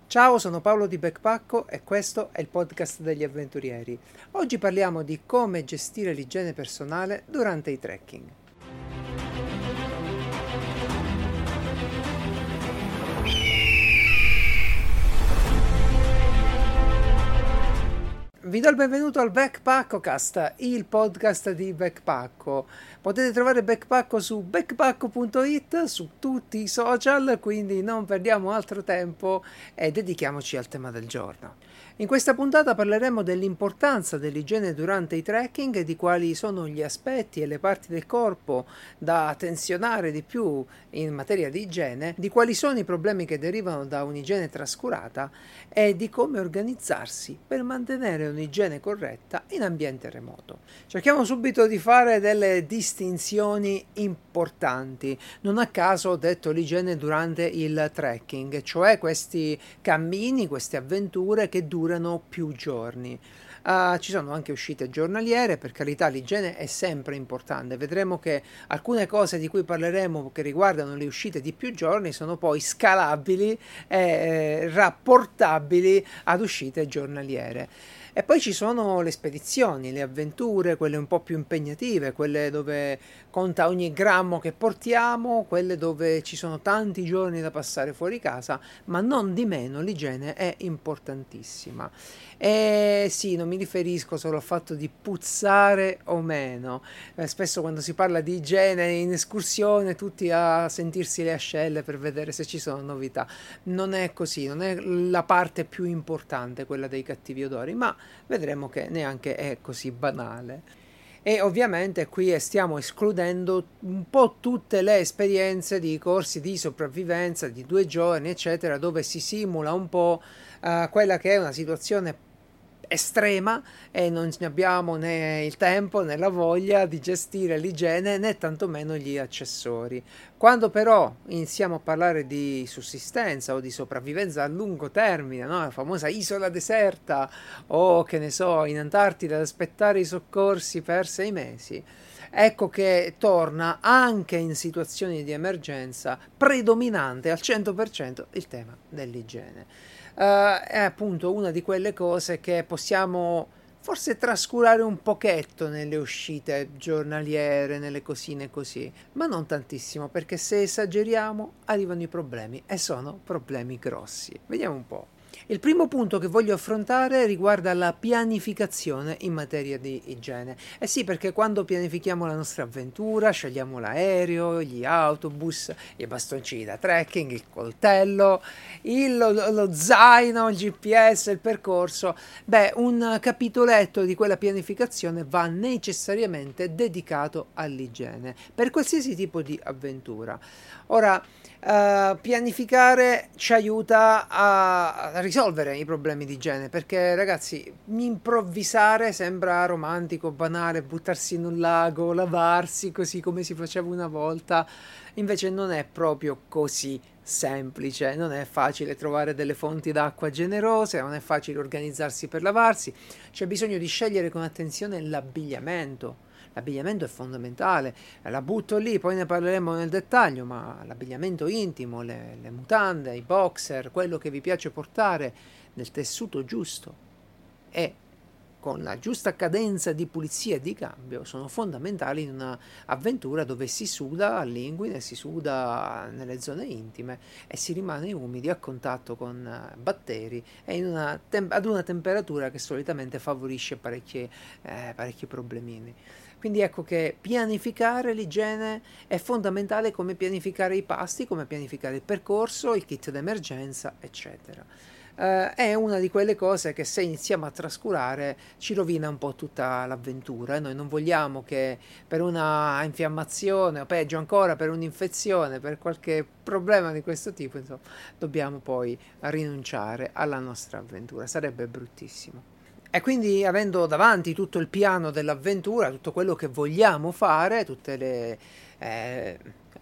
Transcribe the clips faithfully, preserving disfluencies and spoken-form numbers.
Ciao, sono Paolo di Backpacko e questo è il podcast degli avventurieri. Oggi parliamo di come gestire l'igiene personale durante i trekking. Vi do il benvenuto al Backpackocast, il podcast di Backpacko. Potete trovare Backpacko su backpacko punto it, su tutti i social, quindi non perdiamo altro tempo e dedichiamoci al tema del giorno. In questa puntata parleremo dell'importanza dell'igiene durante i trekking e di quali sono gli aspetti e le parti del corpo da attenzionare di più in materia di igiene, di quali sono i problemi che derivano da un'igiene trascurata e di come organizzarsi per mantenere un'igiene corretta in ambiente remoto. Cerchiamo subito di fare delle distinzioni importanti. Non a caso ho detto l'igiene durante il trekking, cioè questi cammini, queste avventure che durano più giorni. Uh, ci sono anche uscite giornaliere, per carità l'igiene è sempre importante. Vedremo che alcune cose di cui parleremo che riguardano le uscite di più giorni sono poi scalabili e eh, rapportabili ad uscite giornaliere. E poi ci sono le spedizioni, le avventure, quelle un po' più impegnative, quelle dove conta ogni grammo che portiamo, quelle dove ci sono tanti giorni da passare fuori casa, ma non di meno l'igiene è importantissima. E sì, non mi riferisco solo al fatto di puzzare o meno. Eh, spesso quando si parla di igiene in escursione tutti a sentirsi le ascelle per vedere se ci sono novità. Non è così, non è la parte più importante quella dei cattivi odori, ma vedremo che neanche è così banale. E ovviamente qui stiamo escludendo un po' tutte le esperienze di corsi di sopravvivenza di due giorni, eccetera, dove si simula un po' uh, quella che è una situazione estrema e non abbiamo né il tempo né la voglia di gestire l'igiene né tantomeno gli accessori. Quando però iniziamo a parlare di sussistenza o di sopravvivenza a lungo termine, no? La famosa isola deserta o che ne so, in Antartide ad aspettare i soccorsi per sei mesi, ecco che torna anche in situazioni di emergenza predominante al cento per cento il tema dell'igiene. Uh, è appunto una di quelle cose che possiamo forse trascurare un pochetto nelle uscite giornaliere, nelle cosine così, ma non tantissimo, perché se esageriamo arrivano i problemi e sono problemi grossi. Vediamo un po'. Il primo punto che voglio affrontare riguarda la pianificazione in materia di igiene. Eh sì, perché quando pianifichiamo la nostra avventura, scegliamo l'aereo, gli autobus, i bastoncini da trekking, il coltello, il, lo, lo zaino, il G P S, il percorso, beh, un capitoletto di quella pianificazione va necessariamente dedicato all'igiene, per qualsiasi tipo di avventura. Ora, Uh, pianificare ci aiuta a, a risolvere i problemi di igiene, perché ragazzi, improvvisare sembra romantico, banale, buttarsi in un lago, lavarsi così come si faceva una volta, invece non è proprio così semplice, non è facile trovare delle fonti d'acqua generose, non è facile organizzarsi per lavarsi, c'è bisogno di scegliere con attenzione l'abbigliamento. L'abbigliamento è fondamentale, la butto lì, poi ne parleremo nel dettaglio, ma l'abbigliamento intimo, le, le mutande, i boxer, quello che vi piace portare nel tessuto giusto e con la giusta cadenza di pulizia e di cambio sono fondamentali in un'avventura dove si suda a linguine, si suda nelle zone intime e si rimane umidi a contatto con batteri e in una tem- ad una temperatura che solitamente favorisce parecchi, eh, parecchi problemini. Quindi ecco che pianificare l'igiene è fondamentale, come pianificare i pasti, come pianificare il percorso, il kit d'emergenza, eccetera. Uh, è una di quelle cose che se iniziamo a trascurare ci rovina un po' tutta l'avventura e noi non vogliamo che per una infiammazione o peggio ancora per un'infezione, per qualche problema di questo tipo, insomma, dobbiamo poi rinunciare alla nostra avventura, sarebbe bruttissimo. E quindi, avendo davanti tutto il piano dell'avventura, tutto quello che vogliamo fare, tutte le, eh,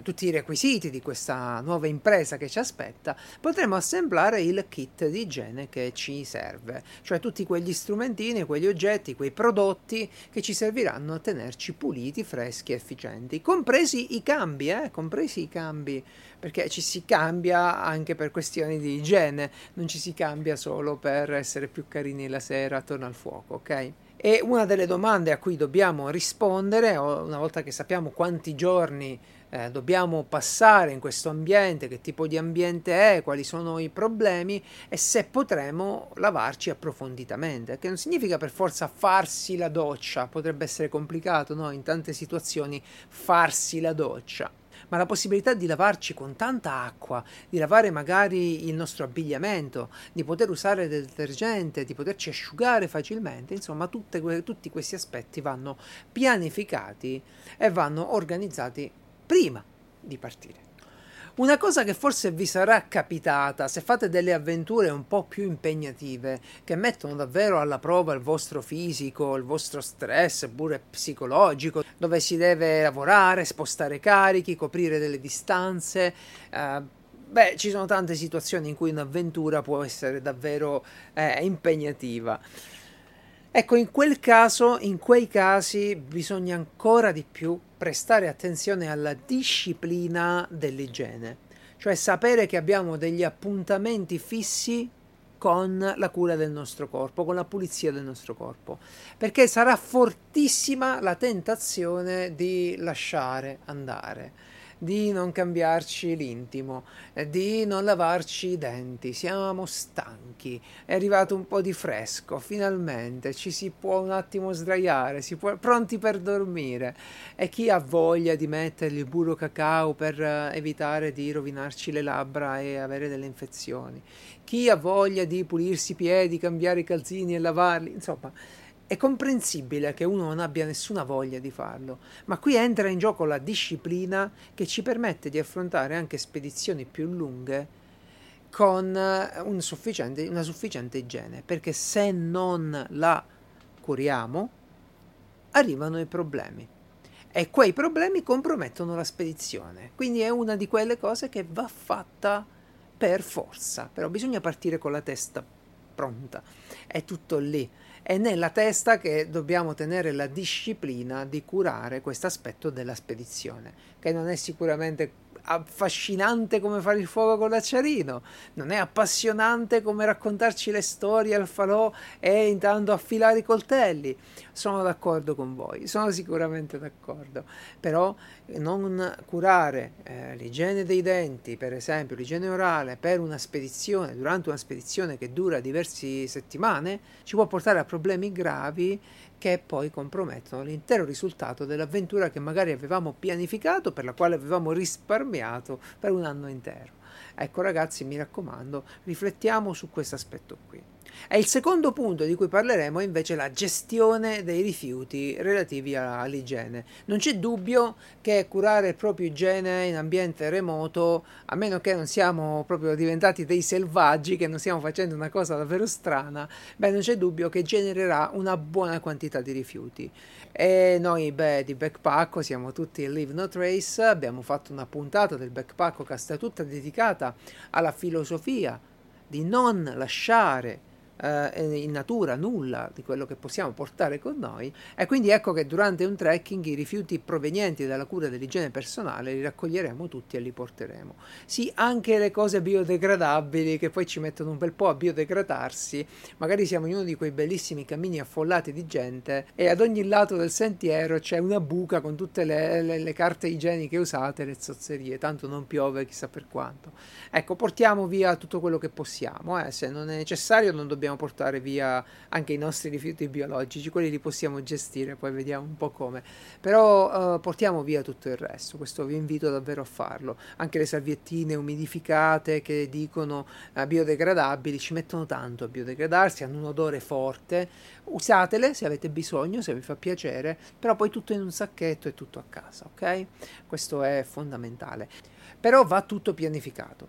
tutti i requisiti di questa nuova impresa che ci aspetta, potremo assemblare il kit di igiene che ci serve, cioè tutti quegli strumentini, quegli oggetti, quei prodotti che ci serviranno a tenerci puliti, freschi e efficienti, compresi i cambi, eh? compresi i cambi, perché ci si cambia anche per questioni di igiene, non ci si cambia solo per essere più carini la sera attorno al fuoco, ok? E una delle domande a cui dobbiamo rispondere, una volta che sappiamo quanti giorni eh, dobbiamo passare in questo ambiente, che tipo di ambiente è, quali sono i problemi, e se potremo lavarci approfonditamente, che non significa per forza farsi la doccia, potrebbe essere complicato, no? In tante situazioni farsi la doccia, ma la possibilità di lavarci con tanta acqua, di lavare magari il nostro abbigliamento, di poter usare del detergente, di poterci asciugare facilmente, insomma tutte que- tutti questi aspetti vanno pianificati e vanno organizzati prima di partire. Una cosa che forse vi sarà capitata se fate delle avventure un po' più impegnative, che mettono davvero alla prova il vostro fisico, il vostro stress, pure psicologico, dove si deve lavorare, spostare carichi, coprire delle distanze, eh, beh, ci sono tante situazioni in cui un'avventura può essere davvero eh, impegnativa. Ecco, in quel caso, in quei casi, bisogna ancora di più prestare attenzione alla disciplina dell'igiene, cioè sapere che abbiamo degli appuntamenti fissi con la cura del nostro corpo, con la pulizia del nostro corpo, perché sarà fortissima la tentazione di lasciare andare, di non cambiarci l'intimo, di non lavarci i denti, siamo stanchi, è arrivato un po' di fresco, finalmente ci si può un attimo sdraiare, si può, pronti per dormire, e chi ha voglia di mettergli il burro cacao per evitare di rovinarci le labbra e avere delle infezioni, chi ha voglia di pulirsi i piedi, cambiare i calzini e lavarli, insomma. È comprensibile che uno non abbia nessuna voglia di farlo, ma qui entra in gioco la disciplina che ci permette di affrontare anche spedizioni più lunghe con un sufficiente, una sufficiente igiene, perché se non la curiamo arrivano i problemi e quei problemi compromettono la spedizione, quindi è una di quelle cose che va fatta per forza, però bisogna partire con la testa pronta, è tutto lì. È nella testa che dobbiamo tenere la disciplina di curare questo aspetto della spedizione, che non è sicuramente affascinante come fare il fuoco con l'acciarino, non è appassionante come raccontarci le storie al falò e intanto affilare i coltelli. Sono d'accordo con voi, sono sicuramente d'accordo, però non curare eh, l'igiene dei denti, per esempio l'igiene orale, per una spedizione, durante una spedizione che dura diverse settimane, ci può portare a problemi gravi che poi compromettono l'intero risultato dell'avventura che magari avevamo pianificato, per la quale avevamo risparmiato per un anno intero. Ecco ragazzi, mi raccomando, riflettiamo su questo aspetto qui. E il secondo punto di cui parleremo è invece la gestione dei rifiuti relativi all'igiene. Non c'è dubbio che curare il proprio igiene in ambiente remoto, a meno che non siamo proprio diventati dei selvaggi, che non stiamo facendo una cosa davvero strana, beh, non c'è dubbio che genererà una buona quantità di rifiuti. E noi, beh, di Backpacko siamo tutti in Leave No Trace, abbiamo fatto una puntata del Backpackocast tutta dedicata alla filosofia di non lasciare in natura nulla di quello che possiamo portare con noi, e quindi ecco che durante un trekking i rifiuti provenienti dalla cura dell'igiene personale li raccoglieremo tutti e li porteremo. Sì, anche le cose biodegradabili che poi ci mettono un bel po' a biodegradarsi, magari siamo in uno di quei bellissimi cammini affollati di gente e ad ogni lato del sentiero c'è una buca con tutte le, le, le carte igieniche usate, le zozzerie, tanto non piove chissà per quanto. Ecco, portiamo via tutto quello che possiamo, eh. Se non è necessario non dobbiamo portare via anche i nostri rifiuti biologici, quelli li possiamo gestire, poi vediamo un po' come, però uh, portiamo via tutto il resto, questo vi invito davvero a farlo. Anche le salviettine umidificate che dicono uh, biodegradabili ci mettono tanto a biodegradarsi, hanno un odore forte, usatele se avete bisogno, se vi fa piacere, però poi tutto in un sacchetto e tutto a casa, ok? Questo è fondamentale, però va tutto pianificato.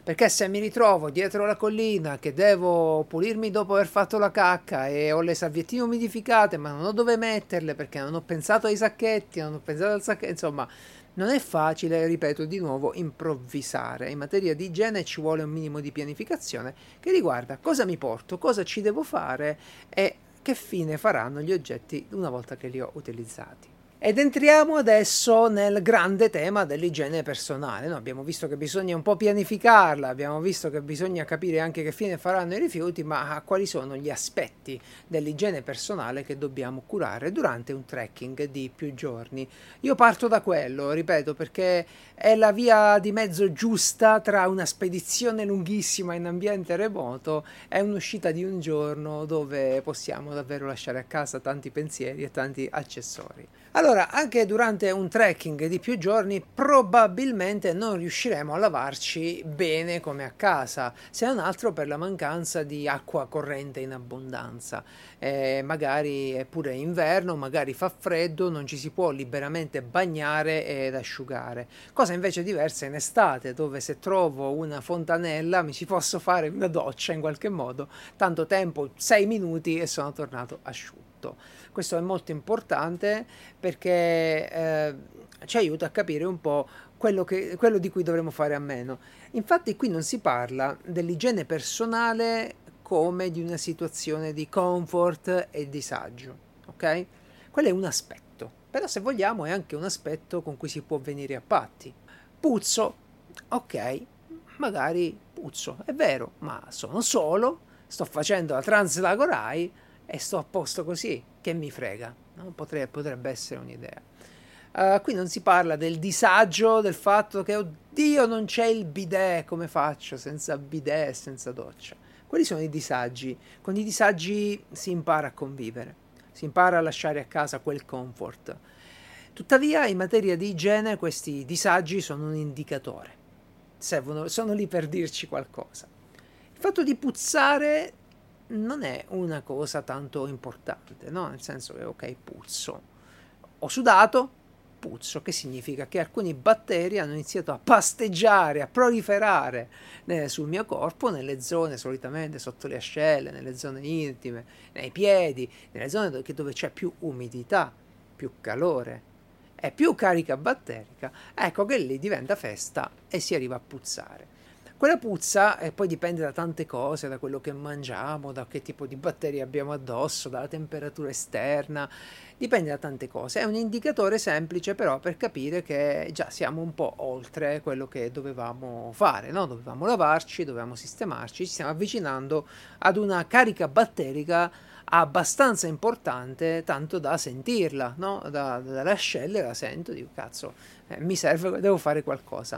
perché se mi ritrovo dietro la collina che devo pulirmi dopo aver fatto la cacca e ho le salviettine umidificate ma non ho dove metterle perché non ho pensato ai sacchetti, non ho pensato al sacchetto, insomma non è facile, ripeto di nuovo, improvvisare. In materia di igiene ci vuole un minimo di pianificazione che riguarda cosa mi porto, cosa ci devo fare e che fine faranno gli oggetti una volta che li ho utilizzati. Ed entriamo adesso nel grande tema dell'igiene personale. No, abbiamo visto che bisogna un po' pianificarla, abbiamo visto che bisogna capire anche che fine faranno i rifiuti, ma quali sono gli aspetti dell'igiene personale che dobbiamo curare durante un trekking di più giorni. Io parto da quello, ripeto, perché è la via di mezzo giusta tra una spedizione lunghissima in ambiente remoto e un'uscita di un giorno dove possiamo davvero lasciare a casa tanti pensieri e tanti accessori. Allora, anche durante un trekking di più giorni probabilmente non riusciremo a lavarci bene come a casa, se non altro per la mancanza di acqua corrente in abbondanza. Eh, magari è pure inverno, magari fa freddo, non ci si può liberamente bagnare ed asciugare. Cosa invece diversa in estate, dove se trovo una fontanella mi ci posso fare una doccia in qualche modo, tanto tempo, sei minuti e sono tornato asciutto. Questo è molto importante perché eh, ci aiuta a capire un po' quello, che, quello di cui dovremo fare a meno. Infatti qui non si parla dell'igiene personale come di una situazione di comfort e disagio, ok? Quello è un aspetto, però se vogliamo è anche un aspetto con cui si può venire a patti. Puzzo, ok, magari puzzo, è vero, ma sono solo, sto facendo la Translagorai e sto a posto così, che mi frega, no? Potrebbe, potrebbe essere un'idea. Uh, qui non si parla del disagio, del fatto che oddio non c'è il bidet, come faccio senza bidet e senza doccia. Quelli sono i disagi, con i disagi si impara a convivere, si impara a lasciare a casa quel comfort. Tuttavia in materia di igiene questi disagi sono un indicatore, servono, sono lì per dirci qualcosa. Il fatto di puzzare non è una cosa tanto importante, no? Nel senso che ok, puzzo, ho sudato, puzzo, che significa che alcuni batteri hanno iniziato a pasteggiare, a proliferare eh, sul mio corpo, nelle zone solitamente sotto le ascelle, nelle zone intime, nei piedi, nelle zone dove, dove c'è più umidità, più calore e più carica batterica, ecco che lì diventa festa e si arriva a puzzare. Quella puzza e poi dipende da tante cose, da quello che mangiamo, da che tipo di batteri abbiamo addosso, dalla temperatura esterna, dipende da tante cose. È un indicatore semplice però per capire che già siamo un po' oltre quello che dovevamo fare, no? Dovevamo lavarci, dovevamo sistemarci, ci stiamo avvicinando ad una carica batterica abbastanza importante, tanto da sentirla, no? Da, dalle ascelle la sento, dico cazzo, eh, mi serve, devo fare qualcosa.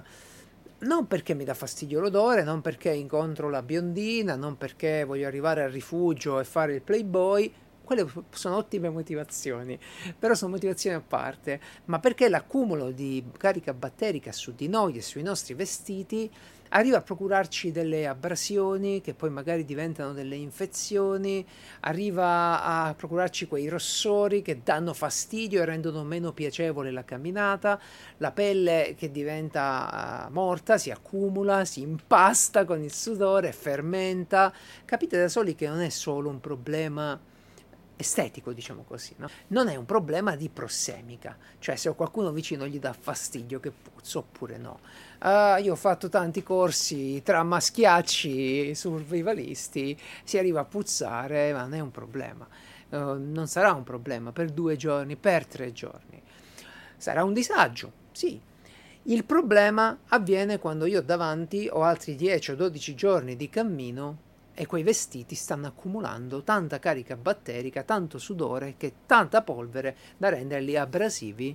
Non perché mi dà fastidio l'odore, non perché incontro la biondina, non perché voglio arrivare al rifugio e fare il playboy, quelle sono ottime motivazioni, però sono motivazioni a parte, ma perché l'accumulo di carica batterica su di noi e sui nostri vestiti arriva a procurarci delle abrasioni che poi magari diventano delle infezioni, arriva a procurarci quei rossori che danno fastidio e rendono meno piacevole la camminata, la pelle che diventa morta, si accumula, si impasta con il sudore, fermenta. Capite da soli che non è solo un problema estetico, diciamo così, no? Non è un problema di prossemica, cioè se ho qualcuno vicino gli dà fastidio che puzzo oppure no. Uh, io ho fatto tanti corsi tra maschiacci survivalisti, si arriva a puzzare, ma non è un problema. Uh, non sarà un problema per due giorni, per tre giorni. Sarà un disagio, sì. Il problema avviene quando io davanti ho altri dieci o dodici giorni di cammino e quei vestiti stanno accumulando tanta carica batterica, tanto sudore, che tanta polvere da renderli abrasivi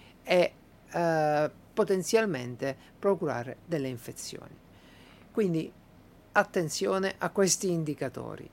e eh, potenzialmente procurare delle infezioni. Quindi attenzione a questi indicatori.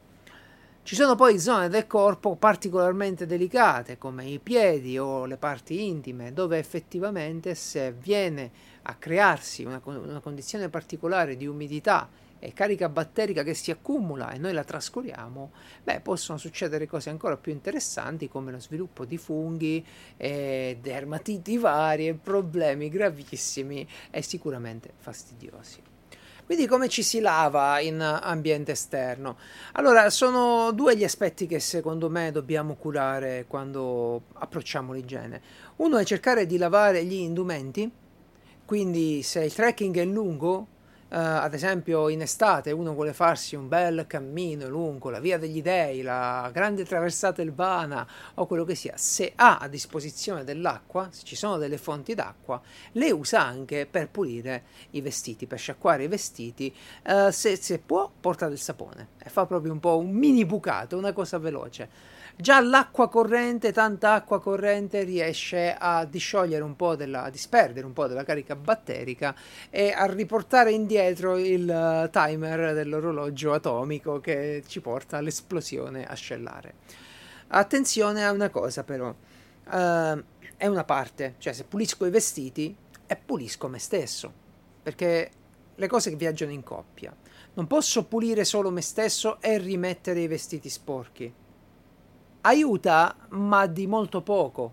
Ci sono poi zone del corpo particolarmente delicate, come i piedi o le parti intime, dove effettivamente se viene a crearsi una, una condizione particolare di umidità e carica batterica che si accumula e noi la trascuriamo, beh, possono succedere cose ancora più interessanti come lo sviluppo di funghi, eh, dermatiti varie, problemi gravissimi e sicuramente fastidiosi. Quindi come ci si lava in ambiente esterno? Allora, sono due gli aspetti che secondo me dobbiamo curare quando approcciamo l'igiene. Uno è cercare di lavare gli indumenti, quindi se il trekking è lungo, eh, ad esempio in estate uno vuole farsi un bel cammino lungo la via degli dei, la grande traversata elvana o quello che sia, se ha a disposizione dell'acqua, se ci sono delle fonti d'acqua, le usa anche per pulire i vestiti, per sciacquare i vestiti, eh, se, se può porta del sapone e fa proprio un po' un mini bucato, una cosa veloce. Già l'acqua corrente, tanta acqua corrente, riesce a disciogliere un po' della, a disperdere un po' della carica batterica e a riportare indietro il uh, timer dell'orologio atomico che ci porta all'esplosione ascellare. Attenzione a una cosa però, uh, è una parte, cioè se pulisco i vestiti e pulisco me stesso, perché le cose che viaggiano in coppia. Non posso pulire solo me stesso e rimettere i vestiti sporchi. Aiuta, ma di molto poco.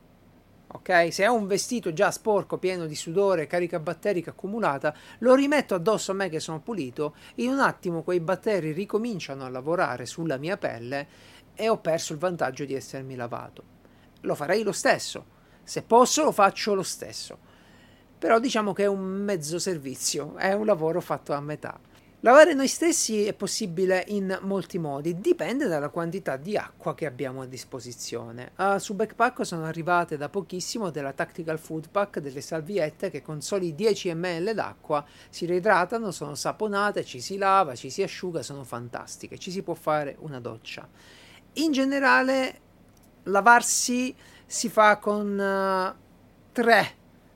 Ok? Se ho un vestito già sporco, pieno di sudore, carica batterica accumulata, lo rimetto addosso a me che sono pulito, in un attimo quei batteri ricominciano a lavorare sulla mia pelle e ho perso il vantaggio di essermi lavato. Lo farei lo stesso. Se posso, lo faccio lo stesso. Però diciamo che è un mezzo servizio, è un lavoro fatto a metà. Lavare noi stessi è possibile in molti modi, dipende dalla quantità di acqua che abbiamo a disposizione. Uh, su Backpack sono arrivate da pochissimo della Tactical Food Pack, delle salviette che con soli dieci millilitri d'acqua si reidratano, sono saponate, ci si lava, ci si asciuga, sono fantastiche, ci si può fare una doccia. In generale lavarsi si fa con uh, tre,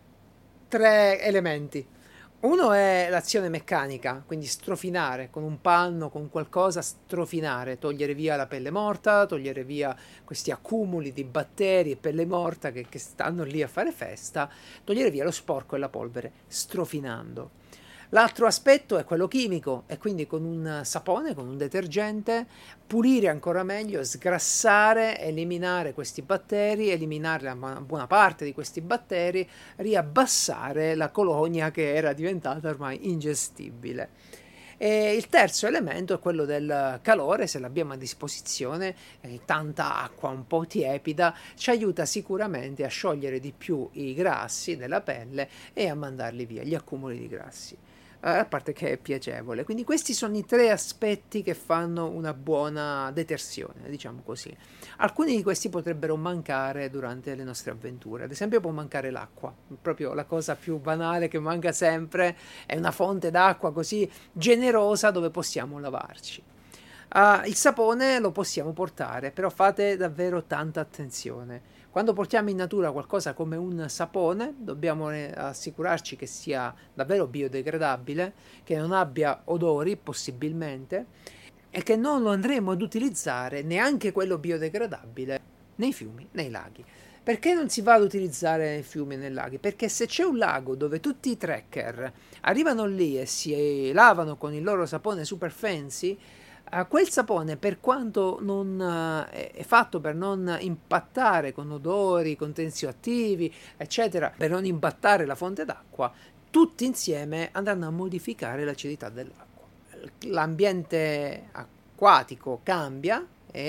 tre elementi. Uno è l'azione meccanica, quindi strofinare con un panno, con qualcosa, strofinare, togliere via la pelle morta, togliere via questi accumuli di batteri e pelle morta che, che stanno lì a fare festa, togliere via lo sporco e la polvere, strofinando. L'altro aspetto è quello chimico e quindi con un sapone, con un detergente, pulire ancora meglio, sgrassare, eliminare questi batteri, eliminare una buona parte di questi batteri, riabbassare la colonia che era diventata ormai ingestibile. E il terzo elemento è quello del calore, se l'abbiamo a disposizione, eh, tanta acqua un po' tiepida ci aiuta sicuramente a sciogliere di più i grassi della pelle e a mandarli via, gli accumuli di grassi. A parte che è piacevole. Quindi questi sono i tre aspetti che fanno una buona detersione, diciamo così. Alcuni di questi potrebbero mancare durante le nostre avventure. Ad esempio può mancare l'acqua, proprio la cosa più banale che manca sempre è una fonte d'acqua così generosa dove possiamo lavarci. Uh, il sapone lo possiamo portare, però fate davvero tanta attenzione. Quando portiamo in natura qualcosa come un sapone, dobbiamo assicurarci che sia davvero biodegradabile, che non abbia odori possibilmente e che non lo andremo ad utilizzare, neanche quello biodegradabile, nei fiumi, nei laghi. Perché non si va ad utilizzare nei fiumi e nei laghi? Perché se c'è un lago dove tutti i trekker arrivano lì e si lavano con il loro sapone super fancy, Uh, quel sapone, per quanto non uh, è, è fatto per non impattare con odori, con tensioattivi, eccetera, per non impattare la fonte d'acqua, tutti insieme andranno a modificare l'acidità dell'acqua. L'ambiente acquatico cambia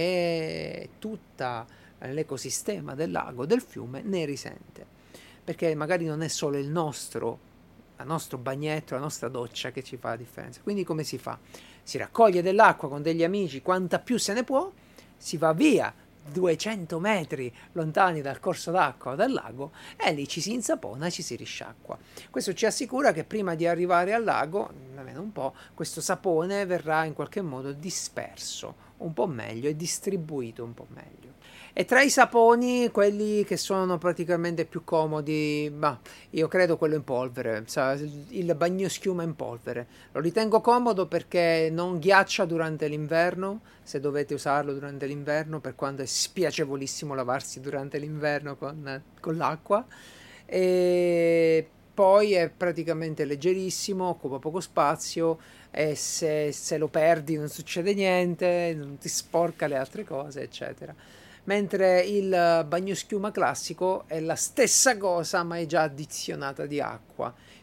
e tutto l'ecosistema del lago, del fiume, ne risente. Perché magari non è solo il nostro, il nostro bagnetto, la nostra doccia che ci fa la differenza. Quindi come si fa? Si raccoglie dell'acqua con degli amici, quanta più se ne può, si va via duecento metri lontani dal corso d'acqua o dal lago e lì ci si insapona e ci si risciacqua. Questo ci assicura che prima di arrivare al lago, almeno un po', questo sapone verrà in qualche modo disperso un po' meglio e distribuito un po' meglio. E tra i saponi, quelli che sono praticamente più comodi, bah, io credo quello in polvere, il bagnoschiuma in polvere. Lo ritengo comodo perché non ghiaccia durante l'inverno, se dovete usarlo durante l'inverno, per quanto è spiacevolissimo lavarsi durante l'inverno con, con l'acqua. E poi è praticamente leggerissimo, occupa poco spazio e se, se lo perdi non succede niente, non ti sporca le altre cose, eccetera. Mentre il bagnoschiuma classico è la stessa cosa ma è già addizionata di acqua,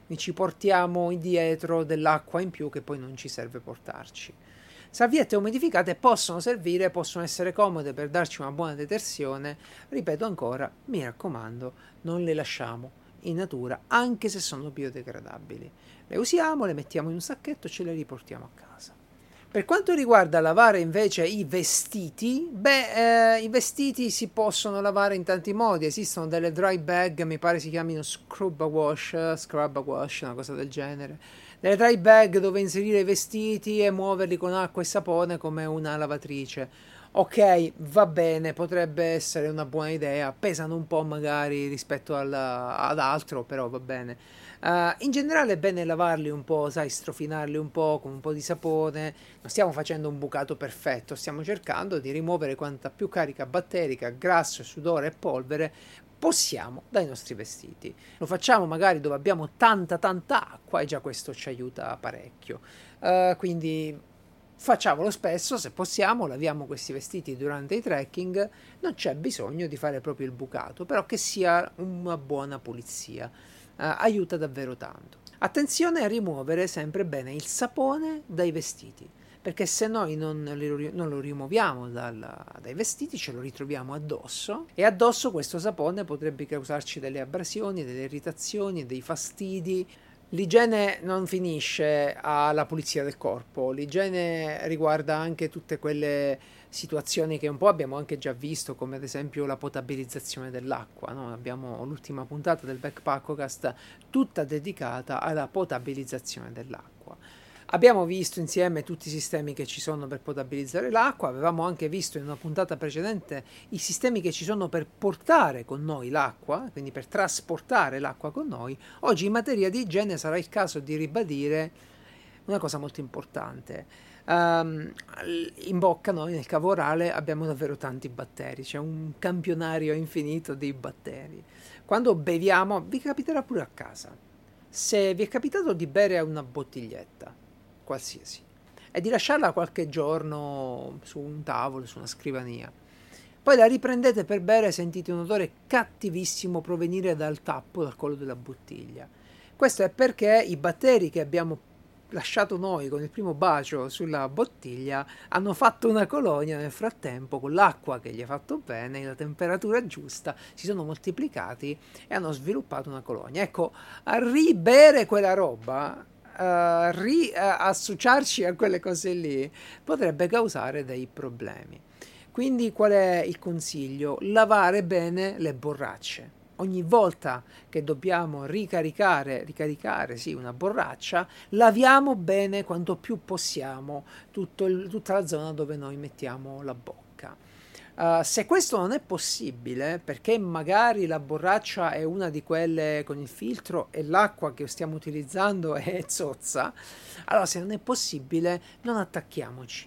ci portiamo indietro dell'acqua in più che poi non ci serve portarci. Salviette umidificate possono servire, possono essere comode per darci una buona detersione, ripeto ancora, mi raccomando, non le lasciamo in natura, anche se sono biodegradabili. Le usiamo, le mettiamo in un sacchetto e ce le riportiamo a casa. Per quanto riguarda lavare invece i vestiti, beh, eh, i vestiti si possono lavare in tanti modi, esistono delle dry bag, mi pare si chiamino scrub a wash, scrub a wash, una cosa del genere, delle dry bag dove inserire i vestiti e muoverli con acqua e sapone come una lavatrice. Ok, va bene, potrebbe essere una buona idea, pesano un po' magari rispetto al, ad altro, però va bene. Uh, in generale è bene lavarli un po', sai, strofinarli un po' con un po' di sapone. Non stiamo facendo un bucato perfetto, stiamo cercando di rimuovere quanta più carica batterica, grasso, sudore e polvere possiamo dai nostri vestiti. Lo facciamo magari dove abbiamo tanta tanta acqua e già questo ci aiuta parecchio. Uh, quindi facciamolo spesso, se possiamo, laviamo questi vestiti durante i trekking, non c'è bisogno di fare proprio il bucato, però che sia una buona pulizia, uh, aiuta davvero tanto. Attenzione a rimuovere sempre bene il sapone dai vestiti, perché se noi non, li, non lo rimuoviamo dal, dai vestiti ce lo ritroviamo addosso e addosso questo sapone potrebbe causarci delle abrasioni, delle irritazioni, dei fastidi. L'igiene non finisce alla pulizia del corpo, l'igiene riguarda anche tutte quelle situazioni che un po' abbiamo anche già visto, come ad esempio la potabilizzazione dell'acqua, no? Abbiamo l'ultima puntata del Backpackocast tutta dedicata alla potabilizzazione dell'acqua. Abbiamo visto insieme tutti i sistemi che ci sono per potabilizzare l'acqua, avevamo anche visto in una puntata precedente i sistemi che ci sono per portare con noi l'acqua, quindi per trasportare l'acqua con noi. Oggi in materia di igiene sarà il caso di ribadire una cosa molto importante. Um, in bocca noi nel cavo orale abbiamo davvero tanti batteri, c'è un campionario infinito di batteri. Quando beviamo, vi capiterà pure a casa, se vi è capitato di bere una bottiglietta qualsiasi e di lasciarla qualche giorno su un tavolo, su una scrivania, poi la riprendete per bere, sentite un odore cattivissimo provenire dal tappo, dal collo della bottiglia. Questo è perché i batteri che abbiamo lasciato noi con il primo bacio sulla bottiglia hanno fatto una colonia nel frattempo con l'acqua che gli ha fatto bene, la temperatura giusta, si sono moltiplicati e hanno sviluppato una colonia. Ecco, a ribere quella roba, a riassociarci a quelle cose lì potrebbe causare dei problemi. Quindi qual è il consiglio? Lavare bene le borracce. Ogni volta che dobbiamo ricaricare, ricaricare sì, una borraccia, laviamo bene quanto più possiamo tutto il, tutta la zona dove noi mettiamo la bocca. Uh, se questo non è possibile, perché magari la borraccia è una di quelle con il filtro e l'acqua che stiamo utilizzando è zozza, allora se non è possibile non attacchiamoci.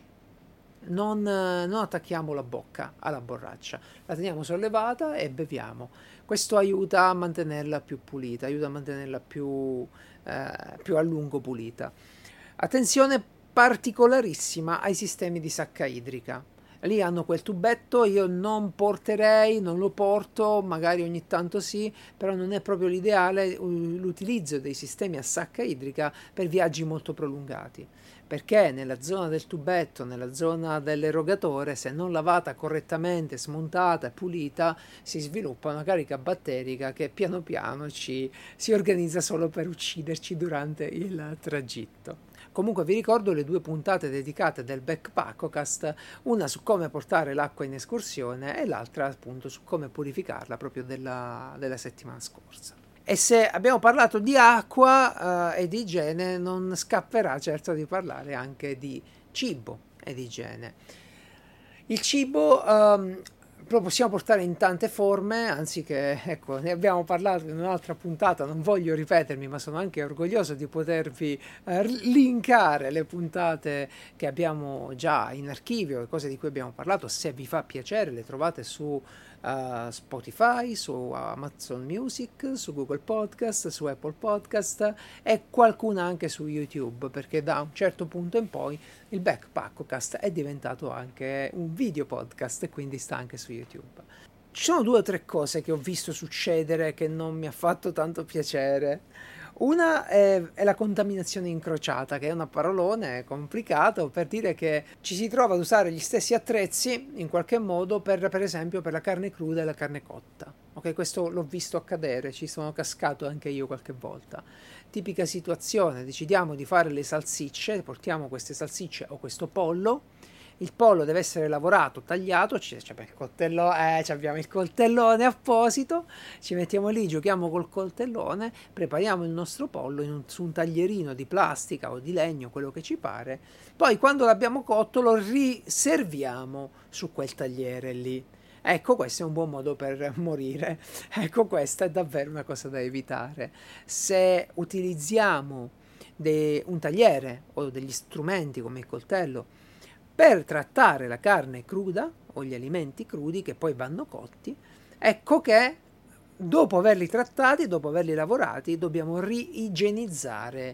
Non, non attacchiamo la bocca alla borraccia, la teniamo sollevata e beviamo. Questo aiuta a mantenerla più pulita, aiuta a mantenerla più, eh, più a lungo pulita. Attenzione particolarissima ai sistemi di sacca idrica. Lì hanno quel tubetto, io non porterei, non lo porto, magari ogni tanto sì, però non è proprio l'ideale l'utilizzo dei sistemi a sacca idrica per viaggi molto prolungati, perché nella zona del tubetto, nella zona dell'erogatore, se non lavata correttamente, smontata e pulita, si sviluppa una carica batterica che piano piano ci si organizza solo per ucciderci durante il tragitto. Comunque vi ricordo le due puntate dedicate del Backpackocast, una su come portare l'acqua in escursione e l'altra appunto su come purificarla, proprio della, della settimana scorsa. E se abbiamo parlato di acqua eh, e di igiene, non scapperà certo di parlare anche di cibo e di igiene. Il cibo um, lo possiamo portare in tante forme, anzi che, ecco, ne abbiamo parlato in un'altra puntata, non voglio ripetermi, ma sono anche orgoglioso di potervi eh, linkare le puntate che abbiamo già in archivio, le cose di cui abbiamo parlato, se vi fa piacere le trovate su Uh, Spotify, su Amazon Music, su Google Podcast, su Apple Podcast e qualcuna anche su YouTube, perché da un certo punto in poi il Backpackocast è diventato anche un video podcast e quindi sta anche su YouTube. Ci sono due o tre cose che ho visto succedere che non mi ha fatto tanto piacere. Una è, è la contaminazione incrociata, che è una parolone complicato per dire che ci si trova ad usare gli stessi attrezzi in qualche modo per, per esempio per la carne cruda e la carne cotta. Ok, questo l'ho visto accadere, ci sono cascato anche io qualche volta. Tipica situazione, decidiamo di fare le salsicce, portiamo queste salsicce o questo pollo. Il pollo deve essere lavorato, tagliato, c'è, c'è il coltello, eh, abbiamo il coltellone apposito, ci mettiamo lì, giochiamo col coltellone, prepariamo il nostro pollo in un, su un taglierino di plastica o di legno, quello che ci pare, poi quando l'abbiamo cotto lo riserviamo su quel tagliere lì. Ecco, questo è un buon modo per morire. Ecco, questa è davvero una cosa da evitare. Se utilizziamo de- un tagliere o degli strumenti come il coltello per trattare la carne cruda o gli alimenti crudi che poi vanno cotti, ecco che dopo averli trattati, dopo averli lavorati, dobbiamo riigienizzare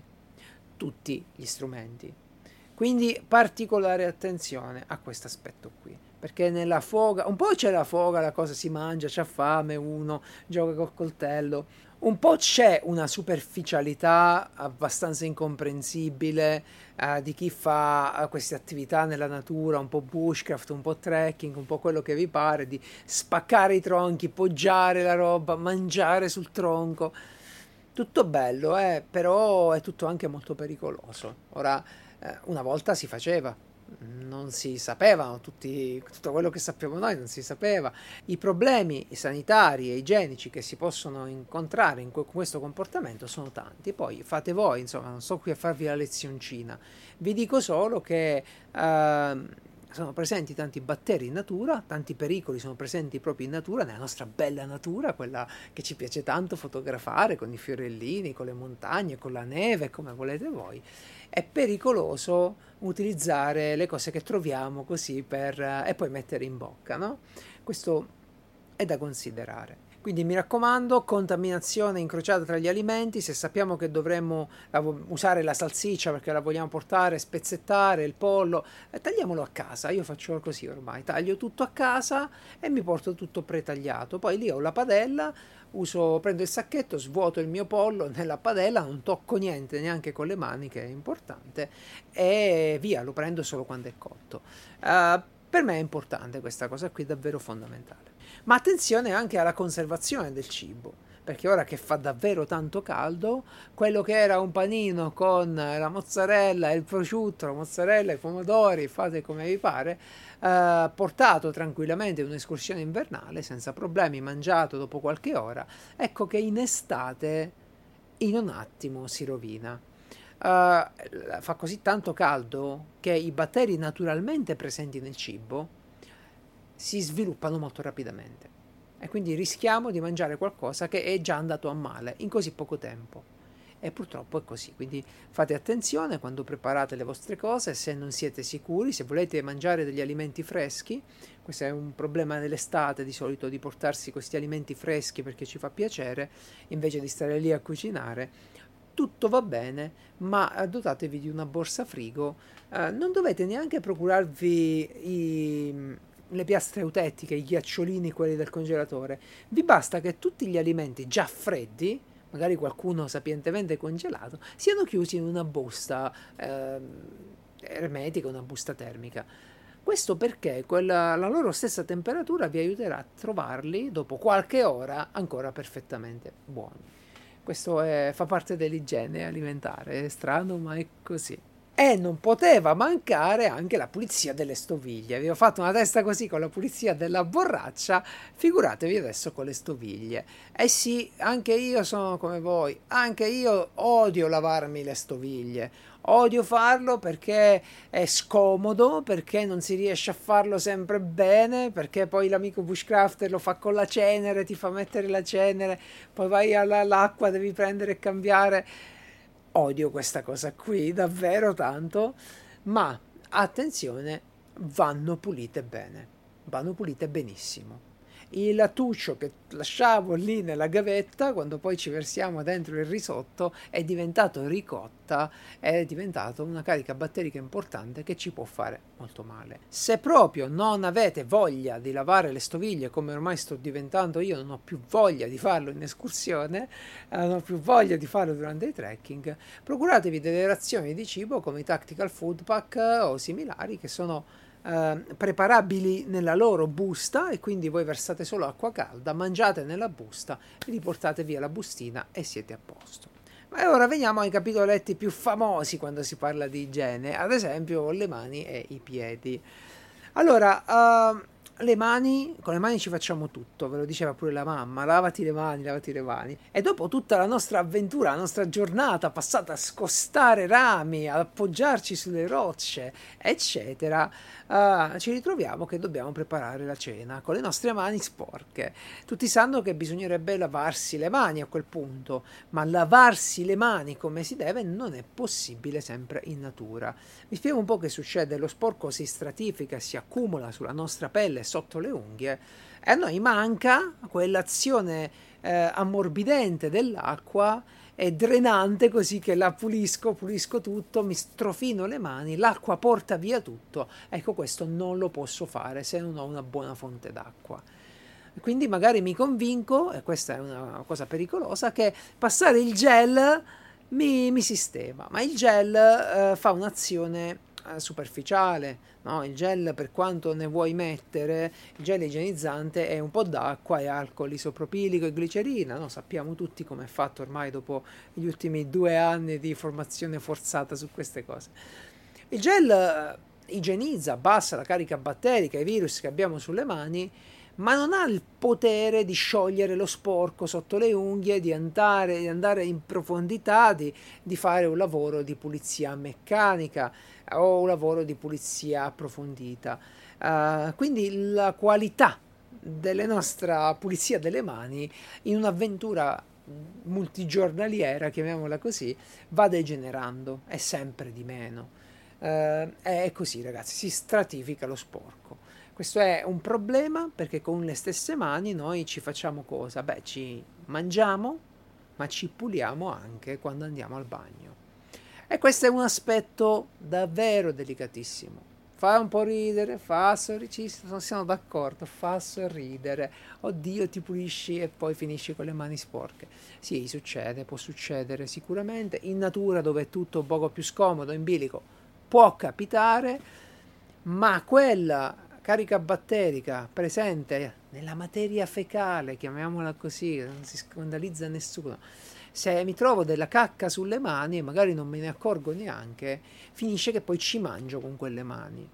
tutti gli strumenti. Quindi particolare attenzione a questo aspetto qui, perché nella foga, un po' c'è la foga, la cosa si mangia, c'ha fame, uno gioca col coltello, un po' c'è una superficialità abbastanza incomprensibile eh, di chi fa eh, queste attività nella natura, un po' bushcraft, un po' trekking, un po' quello che vi pare, di spaccare i tronchi, poggiare la roba, mangiare sul tronco. Tutto bello, eh, però è tutto anche molto pericoloso. Ora, eh, una volta si faceva, non si sapevano tutti, tutto quello che sappiamo noi non si sapeva. I problemi sanitari e igienici che si possono incontrare in que- questo comportamento sono tanti. Poi fate voi, insomma, non sto qui a farvi la lezioncina. Vi dico solo che ehm, sono presenti tanti batteri in natura, tanti pericoli sono presenti proprio in natura, nella nostra bella natura, quella che ci piace tanto fotografare con i fiorellini, con le montagne, con la neve, come volete voi. È pericoloso utilizzare le cose che troviamo così per, eh, e poi mettere in bocca, no? Questo è da considerare. Quindi mi raccomando, contaminazione incrociata tra gli alimenti, se sappiamo che dovremmo usare la salsiccia perché la vogliamo portare, spezzettare il pollo, eh, tagliamolo a casa. Io faccio così ormai, taglio tutto a casa e mi porto tutto pretagliato. Poi lì ho la padella, uso, prendo il sacchetto, svuoto il mio pollo nella padella, non tocco niente neanche con le mani, che è importante, e via, lo prendo solo quando è cotto. Uh, per me è importante questa cosa qui, davvero fondamentale. Ma attenzione anche alla conservazione del cibo, perché ora che fa davvero tanto caldo, quello che era un panino con la mozzarella e il prosciutto, la mozzarella, i pomodori, fate come vi pare, eh, portato tranquillamente in un'escursione invernale, senza problemi, mangiato dopo qualche ora, ecco che in estate in un attimo si rovina. Uh, fa così tanto caldo che i batteri naturalmente presenti nel cibo si sviluppano molto rapidamente e quindi rischiamo di mangiare qualcosa che è già andato a male in così poco tempo, e purtroppo è così. Quindi fate attenzione quando preparate le vostre cose, se non siete sicuri, se volete mangiare degli alimenti freschi. Questo è un problema dell'estate, di solito, di portarsi questi alimenti freschi perché ci fa piacere invece di stare lì a cucinare. Tutto va bene, ma dotatevi di una borsa frigo, eh, non dovete neanche procurarvi i, le piastre eutetiche, i ghiacciolini, quelli del congelatore. Vi basta che tutti gli alimenti già freddi, magari qualcuno sapientemente congelato, siano chiusi in una busta eh, ermetica, una busta termica. Questo perché quella, la loro stessa temperatura vi aiuterà a trovarli dopo qualche ora ancora perfettamente buoni. Questo è, fa parte dell'igiene alimentare, è strano ma è così. E non poteva mancare anche la pulizia delle stoviglie. Vi ho fatto una testa così con la pulizia della borraccia, figuratevi adesso con le stoviglie. Eh sì, anche io sono come voi, anche io odio lavarmi le stoviglie. Odio farlo perché è scomodo, perché non si riesce a farlo sempre bene, perché poi l'amico bushcrafter lo fa con la cenere, ti fa mettere la cenere, poi vai all'acqua, devi prendere e cambiare. Odio questa cosa qui davvero tanto, ma attenzione, vanno pulite bene, vanno pulite benissimo. il lattuccio che lasciamo lì nella gavetta, quando poi ci versiamo dentro il risotto, è diventato ricotta, è diventato una carica batterica importante che ci può fare molto male. Se proprio non avete voglia di lavare le stoviglie, come ormai sto diventando io, non ho più voglia di farlo in escursione, non ho più voglia di farlo durante i trekking, procuratevi delle razioni di cibo come i Tactical Food Pack o similari, che sono Uh, preparabili nella loro busta, e quindi voi versate solo acqua calda, mangiate nella busta, riportate via la bustina e siete a posto. Ma ora veniamo ai capitoletti più famosi quando si parla di igiene, ad esempio le mani e i piedi. Allora, uh, le mani, con le mani ci facciamo tutto, ve lo diceva pure la mamma, lavati le mani, lavati le mani. E dopo tutta la nostra avventura, la nostra giornata passata a scostare rami, ad appoggiarci sulle rocce, eccetera, uh, ci ritroviamo che dobbiamo preparare la cena con le nostre mani sporche. Tutti sanno che bisognerebbe lavarsi le mani a quel punto, ma lavarsi le mani come si deve non è possibile sempre in natura. Vi spiego un po' che succede: lo sporco si stratifica, si accumula sulla nostra pelle, sotto le unghie, e a noi manca quell'azione eh, ammorbidente dell'acqua e drenante, così che la pulisco, pulisco tutto, mi strofino le mani, l'acqua porta via tutto. Ecco, questo non lo posso fare se non ho una buona fonte d'acqua. Quindi magari mi convinco, e questa è una cosa pericolosa, che passare il gel mi, mi sistema, ma il gel eh, fa un'azione superficiale, no? Il gel, per quanto ne vuoi mettere, il gel igienizzante è un po' d'acqua e alcol isopropilico e glicerina, no? Sappiamo tutti come è fatto ormai dopo gli ultimi due anni di formazione forzata su queste cose. Il gel igienizza, abbassa la carica batterica e i virus che abbiamo sulle mani, ma non ha il potere di sciogliere lo sporco sotto le unghie, di andare, di andare in profondità, di, di fare un lavoro di pulizia meccanica o un lavoro di pulizia approfondita. Uh, quindi la qualità della nostra pulizia delle mani in un'avventura multigiornaliera, chiamiamola così, va degenerando, è sempre di meno. Uh, è così, ragazzi, si stratifica lo sporco. Questo è un problema, perché con le stesse mani noi ci facciamo cosa? Beh, ci mangiamo, ma ci puliamo anche quando andiamo al bagno. E questo è un aspetto davvero delicatissimo. Fa un po' ridere, fa sorridere, siamo d'accordo, fa sorridere. Oddio, ti pulisci e poi finisci con le mani sporche. Sì, succede, può succedere sicuramente. In natura, dove è tutto un poco più scomodo, in bilico, può capitare, ma quella carica batterica presente nella materia fecale, chiamiamola così, non si scandalizza nessuno. Se mi trovo della cacca sulle mani e magari non me ne accorgo neanche, finisce che poi ci mangio con quelle mani.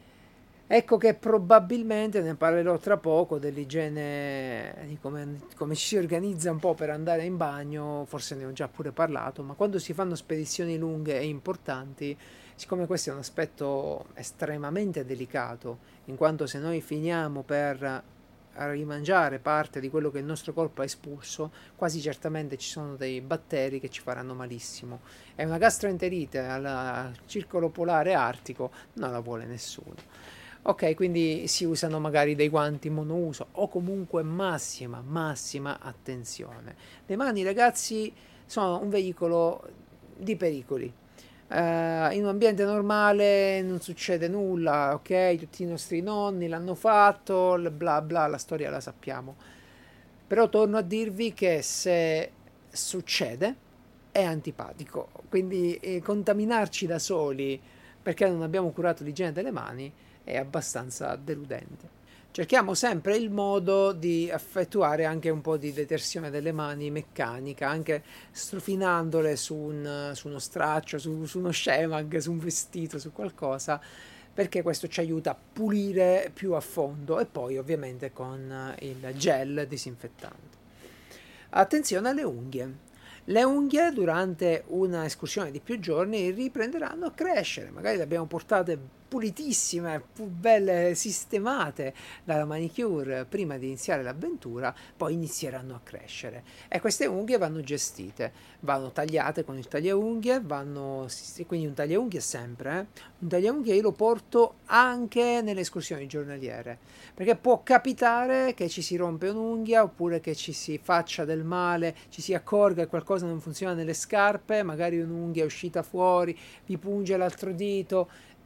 Ecco che probabilmente, ne parlerò tra poco, dell'igiene, di come, come ci si organizza un po' per andare in bagno, forse ne ho già pure parlato, ma quando si fanno spedizioni lunghe e importanti, siccome questo è un aspetto estremamente delicato, in quanto se noi finiamo per rimangiare parte di quello che il nostro corpo ha espulso, quasi certamente ci sono dei batteri che ci faranno malissimo. È una gastroenterite al circolo polare artico, non la vuole nessuno. Ok, quindi si usano magari dei guanti monouso o comunque massima, massima attenzione. Le mani, ragazzi, sono un veicolo di pericoli. Uh, in un ambiente normale non succede nulla, ok? Tutti i nostri nonni l'hanno fatto, bla bla, la storia la sappiamo. Però torno a dirvi che se succede è antipatico, quindi eh, contaminarci da soli perché non abbiamo curato l'igiene delle mani è abbastanza deludente. Cerchiamo sempre il modo di effettuare anche un po' di detersione delle mani meccanica, anche strofinandole su, un, su uno straccio, su, su uno scemag, su un vestito, su qualcosa, perché questo ci aiuta a pulire più a fondo, e poi ovviamente con il gel disinfettante. Attenzione alle unghie. Le unghie durante una escursione di più giorni riprenderanno a crescere, magari le abbiamo portate pulitissime, belle sistemate dalla manicure prima di iniziare l'avventura, poi inizieranno a crescere. E queste unghie vanno gestite, vanno tagliate con il tagliaunghie, vanno, quindi un tagliaunghie sempre, eh? Un tagliaunghie io lo porto anche nelle escursioni giornaliere, perché può capitare che ci si rompe un'unghia, oppure che ci si faccia del male, ci si accorga che qualcosa non funziona nelle scarpe, magari un'unghia è uscita fuori, vi punge l'altro dito,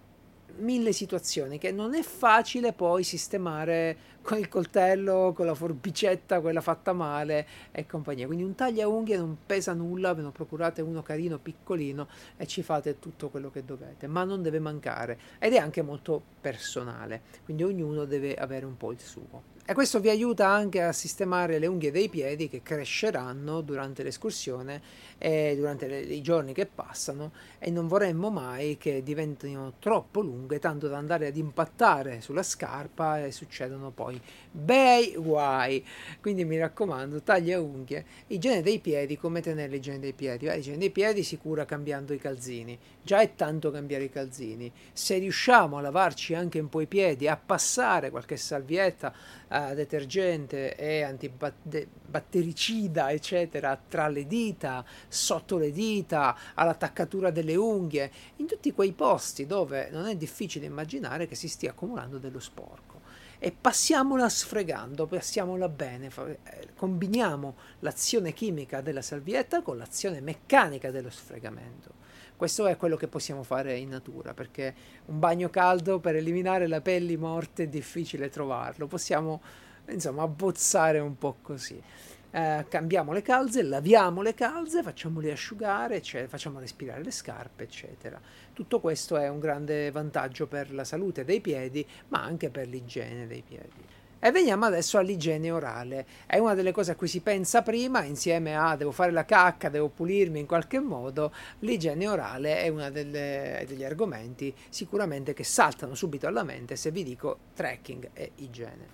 mille situazioni che non è facile poi sistemare con il coltello, con la forbicetta, quella fatta male e compagnia. Quindi un tagliaunghie non pesa nulla, ve ne procurate uno carino, piccolino e ci fate tutto quello che dovete, ma non deve mancare ed è anche molto personale, quindi ognuno deve avere un po' il suo. E questo vi aiuta anche a sistemare le unghie dei piedi che cresceranno durante l'escursione e durante le, i giorni che passano, e non vorremmo mai che diventino troppo lunghe tanto da andare ad impattare sulla scarpa e succedono poi bei guai. Quindi mi raccomando, taglia unghie. Igiene dei piedi, come tenere l'igiene dei piedi? Eh, l'igiene dei piedi si cura cambiando i calzini, già è tanto cambiare i calzini. Se riusciamo a lavarci anche un po' i piedi, a passare qualche salvietta Uh, detergente e antibattericida eccetera tra le dita, sotto le dita, all'attaccatura delle unghie, in tutti quei posti dove non è difficile immaginare che si stia accumulando dello sporco, e passiamola sfregando, passiamola bene, combiniamo l'azione chimica della salvietta con l'azione meccanica dello sfregamento. Questo è quello che possiamo fare in natura, perché un bagno caldo per eliminare le pelli morte è difficile trovarlo. Possiamo, insomma, abbozzare un po' così. Eh, cambiamo le calze, laviamo le calze, facciamole asciugare, cioè, facciamo respirare le scarpe, eccetera. Tutto questo è un grande vantaggio per la salute dei piedi, ma anche per l'igiene dei piedi. E veniamo adesso all'igiene orale. È una delle cose a cui si pensa prima, insieme a devo fare la cacca, devo pulirmi in qualche modo. L'igiene orale è uno degli argomenti sicuramente che saltano subito alla mente se vi dico trekking e igiene.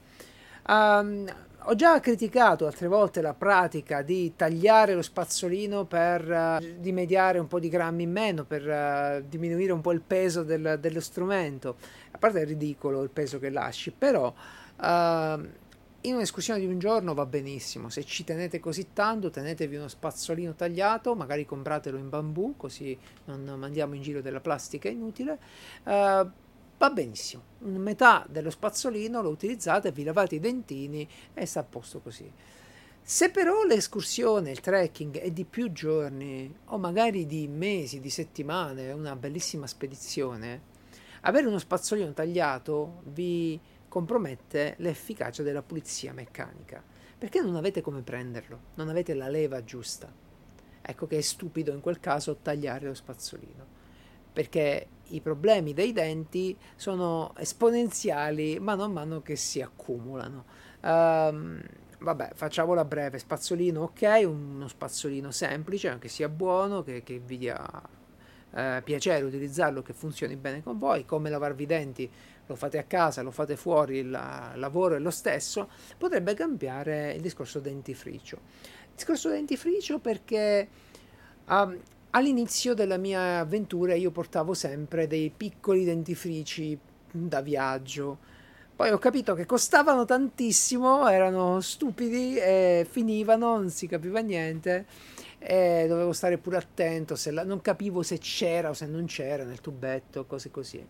Um, ho già criticato altre volte la pratica di tagliare lo spazzolino per uh, rimediare un po' di grammi in meno, per uh, diminuire un po' il peso del, dello strumento. A parte è ridicolo il peso che lasci, però Uh, in un'escursione di un giorno va benissimo. Se ci tenete così tanto, tenetevi uno spazzolino tagliato, magari compratelo in bambù, così non mandiamo in giro della plastica inutile. Uh, va benissimo, metà dello spazzolino lo utilizzate, vi lavate i dentini e sta a posto così. Se però l'escursione, il trekking è di più giorni o magari di mesi, di settimane, una bellissima spedizione, avere uno spazzolino tagliato vi compromette l'efficacia della pulizia meccanica, perché non avete come prenderlo, non avete la leva giusta. Ecco che è stupido in quel caso tagliare lo spazzolino, perché i problemi dei denti sono esponenziali man mano che si accumulano. Um, vabbè, facciamola breve, spazzolino ok, uno spazzolino semplice, che sia buono, che, che vi dia eh, piacere utilizzarlo, che funzioni bene con voi, come lavarvi i denti. Lo fate a casa, lo fate fuori, il lavoro è lo stesso. Potrebbe cambiare il discorso dentifricio. Il discorso dentifricio perché um, all'inizio della mia avventura io portavo sempre dei piccoli dentifrici da viaggio. Poi ho capito che costavano tantissimo, erano stupidi e finivano, non si capiva niente. E dovevo stare pure attento, se la, non capivo se c'era o se non c'era nel tubetto, cose così.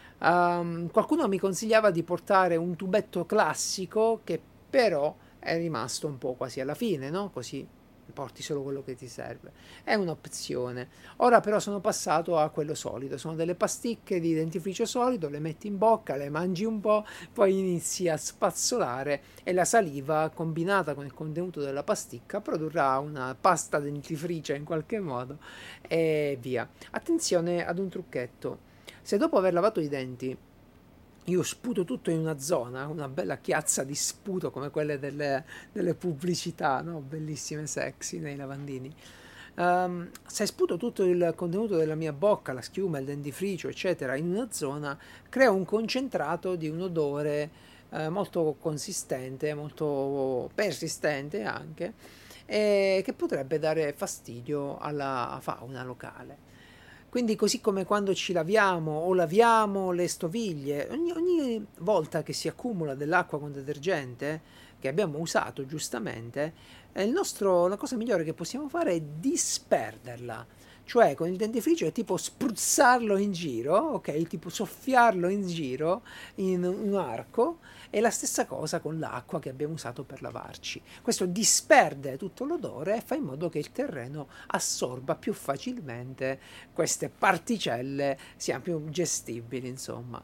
Um, qualcuno mi consigliava di portare un tubetto classico che però è rimasto un po' quasi alla fine, no? Così porti solo quello che ti serve. È un'opzione. Ora però sono passato a quello solido, sono delle pasticche di dentifricio solido, le metti in bocca, le mangi un po', poi inizi a spazzolare e la saliva combinata con il contenuto della pasticca produrrà una pasta dentifricia in qualche modo e via. Attenzione ad un trucchetto. Se dopo aver lavato i denti io sputo tutto in una zona, una bella chiazza di sputo come quelle delle, delle pubblicità, no? Bellissime, sexy nei lavandini. Um, se sputo tutto il contenuto della mia bocca, la schiuma, il dentifricio, eccetera, in una zona, crea un concentrato di un odore eh, molto consistente, molto persistente anche, e che potrebbe dare fastidio alla fauna locale. Quindi così come quando ci laviamo o laviamo le stoviglie, ogni, ogni volta che si accumula dell'acqua con detergente che abbiamo usato giustamente, eh, il nostro, la cosa migliore che possiamo fare è disperderla. Cioè con il dentifricio è tipo spruzzarlo in giro, ok? Tipo soffiarlo in giro in un arco, e la stessa cosa con l'acqua che abbiamo usato per lavarci. Questo disperde tutto l'odore e fa in modo che il terreno assorba più facilmente queste particelle, siano più gestibili, insomma.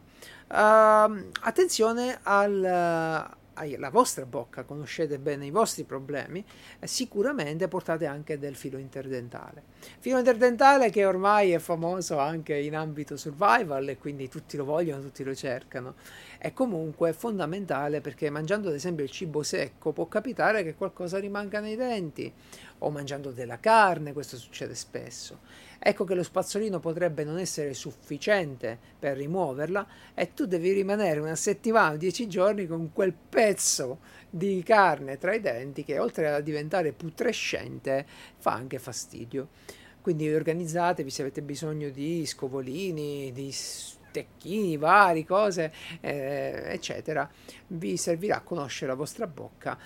Uh, attenzione al la vostra bocca, conoscete bene i vostri problemi, eh, sicuramente portate anche del filo interdentale. Filo interdentale che ormai è famoso anche in ambito survival e quindi tutti lo vogliono, tutti lo cercano. È comunque fondamentale perché mangiando ad esempio il cibo secco può capitare che qualcosa rimanga nei denti, o mangiando della carne, questo succede spesso. Ecco che lo spazzolino potrebbe non essere sufficiente per rimuoverla e tu devi rimanere una settimana, dieci giorni con quel pezzo di carne tra i denti che oltre a diventare putrescente fa anche fastidio. Quindi organizzatevi se avete bisogno di scovolini, di stecchini vari, cose, eh, eccetera. Vi servirà conoscere la vostra bocca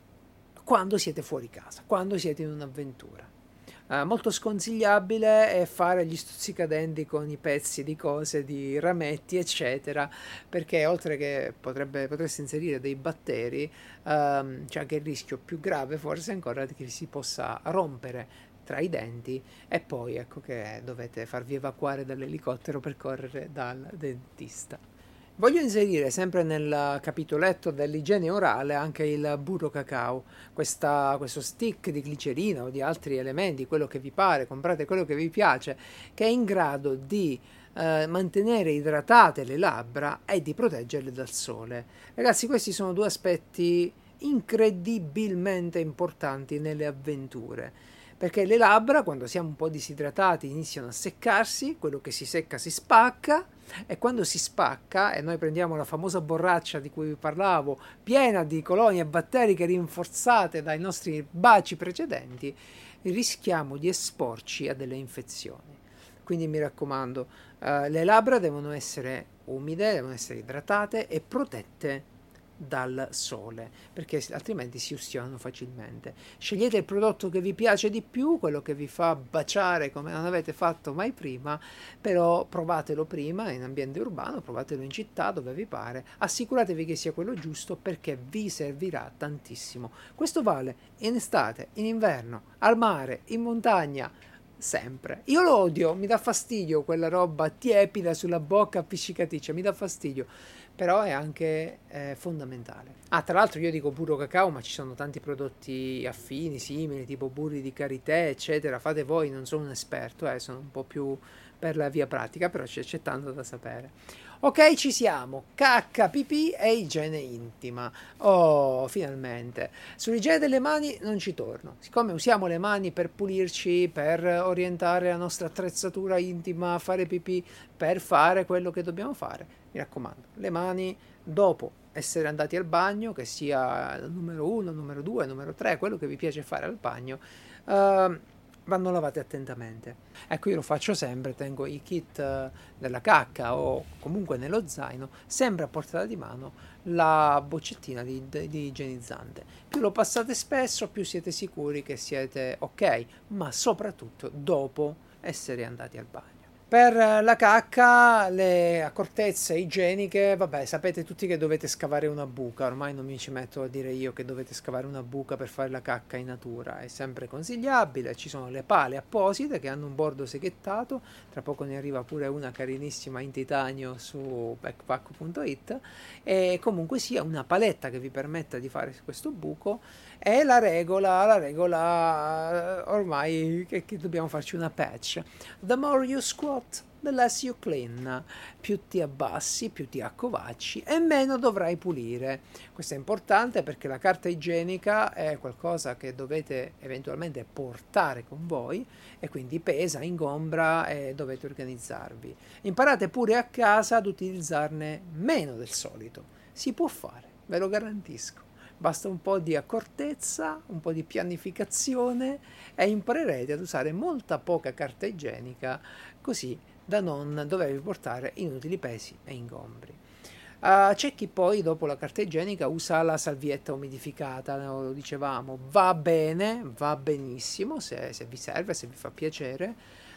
quando siete fuori casa, quando siete in un'avventura. Uh, molto sconsigliabile è fare gli stuzzicadenti con i pezzi di cose, di rametti, eccetera, perché oltre che potrebbe, potreste inserire dei batteri, um, c'è anche il rischio più grave, forse ancora, che si possa rompere tra i denti e poi ecco che dovete farvi evacuare dall'elicottero per correre dal dentista. Voglio inserire sempre nel capitoletto dell'igiene orale anche il burro cacao, questa, questo stick di glicerina o di altri elementi, quello che vi pare, comprate quello che vi piace, che è in grado di eh, mantenere idratate le labbra e di proteggerle dal sole. Ragazzi, questi sono due aspetti incredibilmente importanti nelle avventure, perché le labbra, quando siamo un po' disidratati, iniziano a seccarsi, quello che si secca si spacca, e quando si spacca, e noi prendiamo la famosa borraccia di cui vi parlavo, piena di colonie batteriche rinforzate dai nostri baci precedenti, rischiamo di esporci a delle infezioni. Quindi mi raccomando, eh, le labbra devono essere umide, devono essere idratate e protette dal sole, perché altrimenti si ustionano facilmente. Scegliete il prodotto che vi piace di più, quello che vi fa baciare come non avete fatto mai prima, però provatelo prima in ambiente urbano, provatelo in città dove vi pare, assicuratevi che sia quello giusto perché vi servirà tantissimo. Questo vale in estate, in inverno, al mare, in montagna, sempre. Io lo odio, mi dà fastidio quella roba tiepida sulla bocca appiccicaticcia, mi dà fastidio, però è anche eh, fondamentale. Ah, tra l'altro io dico burro cacao, ma ci sono tanti prodotti affini, simili, tipo burri di karité, eccetera. Fate voi, non sono un esperto, eh, sono un po' più per la via pratica, però c'è, c'è tanto da sapere. Ok, ci siamo. Cacca, pipì e igiene intima. Oh, finalmente. Sull'igiene delle mani non ci torno. Siccome usiamo le mani per pulirci, per orientare la nostra attrezzatura intima, fare pipì, per fare quello che dobbiamo fare, mi raccomando, le mani dopo essere andati al bagno, che sia numero uno, numero due, numero tre, quello che vi piace fare al bagno, uh, vanno lavate attentamente. Ecco, io lo faccio sempre, tengo i kit uh, della cacca o comunque nello zaino, sempre a portata di mano, la boccettina di, di, di igienizzante. Più lo passate spesso, più siete sicuri che siete ok, ma soprattutto dopo essere andati al bagno. Per la cacca, le accortezze igieniche, vabbè, sapete tutti che dovete scavare una buca, ormai non mi ci metto a dire io che dovete scavare una buca per fare la cacca in natura, è sempre consigliabile, ci sono le pale apposite che hanno un bordo seghettato, tra poco ne arriva pure una carinissima in titanio su backpack punto it, e comunque sia una paletta che vi permetta di fare questo buco, è la regola, la regola ormai che, che dobbiamo farci una patch. The more you squat, the less you clean. Più ti abbassi, più ti accovacci e meno dovrai pulire. Questo è importante perché la carta igienica è qualcosa che dovete eventualmente portare con voi e quindi pesa, ingombra e dovete organizzarvi. Imparate pure a casa ad utilizzarne meno del solito. Si può fare, ve lo garantisco. Basta un po' di accortezza, un po' di pianificazione e imparerete ad usare molta poca carta igienica, così da non dovervi portare inutili pesi e ingombri. Uh, c'è chi poi dopo la carta igienica usa la salvietta umidificata, lo dicevamo, va bene, va benissimo se, se vi serve, se vi fa piacere.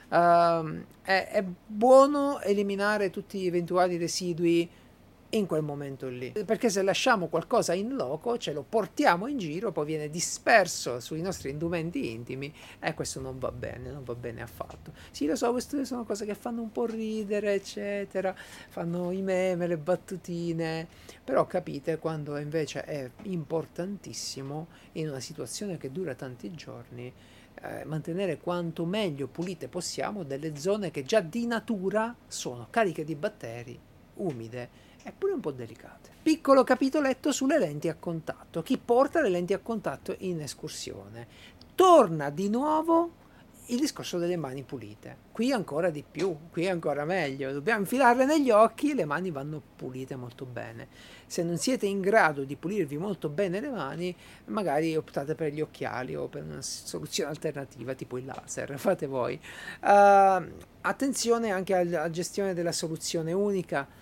Uh, è, è buono eliminare tutti gli eventuali residui in quel momento lì, perché se lasciamo qualcosa in loco ce lo portiamo in giro, poi viene disperso sui nostri indumenti intimi e questo non va bene, non va bene affatto. Sì, lo so, queste sono cose che fanno un po' ridere, eccetera, fanno i meme, le battutine, però capite quando invece è importantissimo in una situazione che dura tanti giorni eh, mantenere quanto meglio pulite possiamo delle zone che già di natura sono cariche di batteri, umide, eppure un po' delicate. Piccolo capitoletto sulle lenti a contatto. Chi porta le lenti a contatto in escursione? Torna di nuovo il discorso delle mani pulite. Qui ancora di più, qui ancora meglio. Dobbiamo infilarle negli occhi e le mani vanno pulite molto bene. Se non siete in grado di pulirvi molto bene le mani, magari optate per gli occhiali o per una soluzione alternativa tipo il laser, fate voi. Uh, attenzione anche alla gestione della soluzione unica.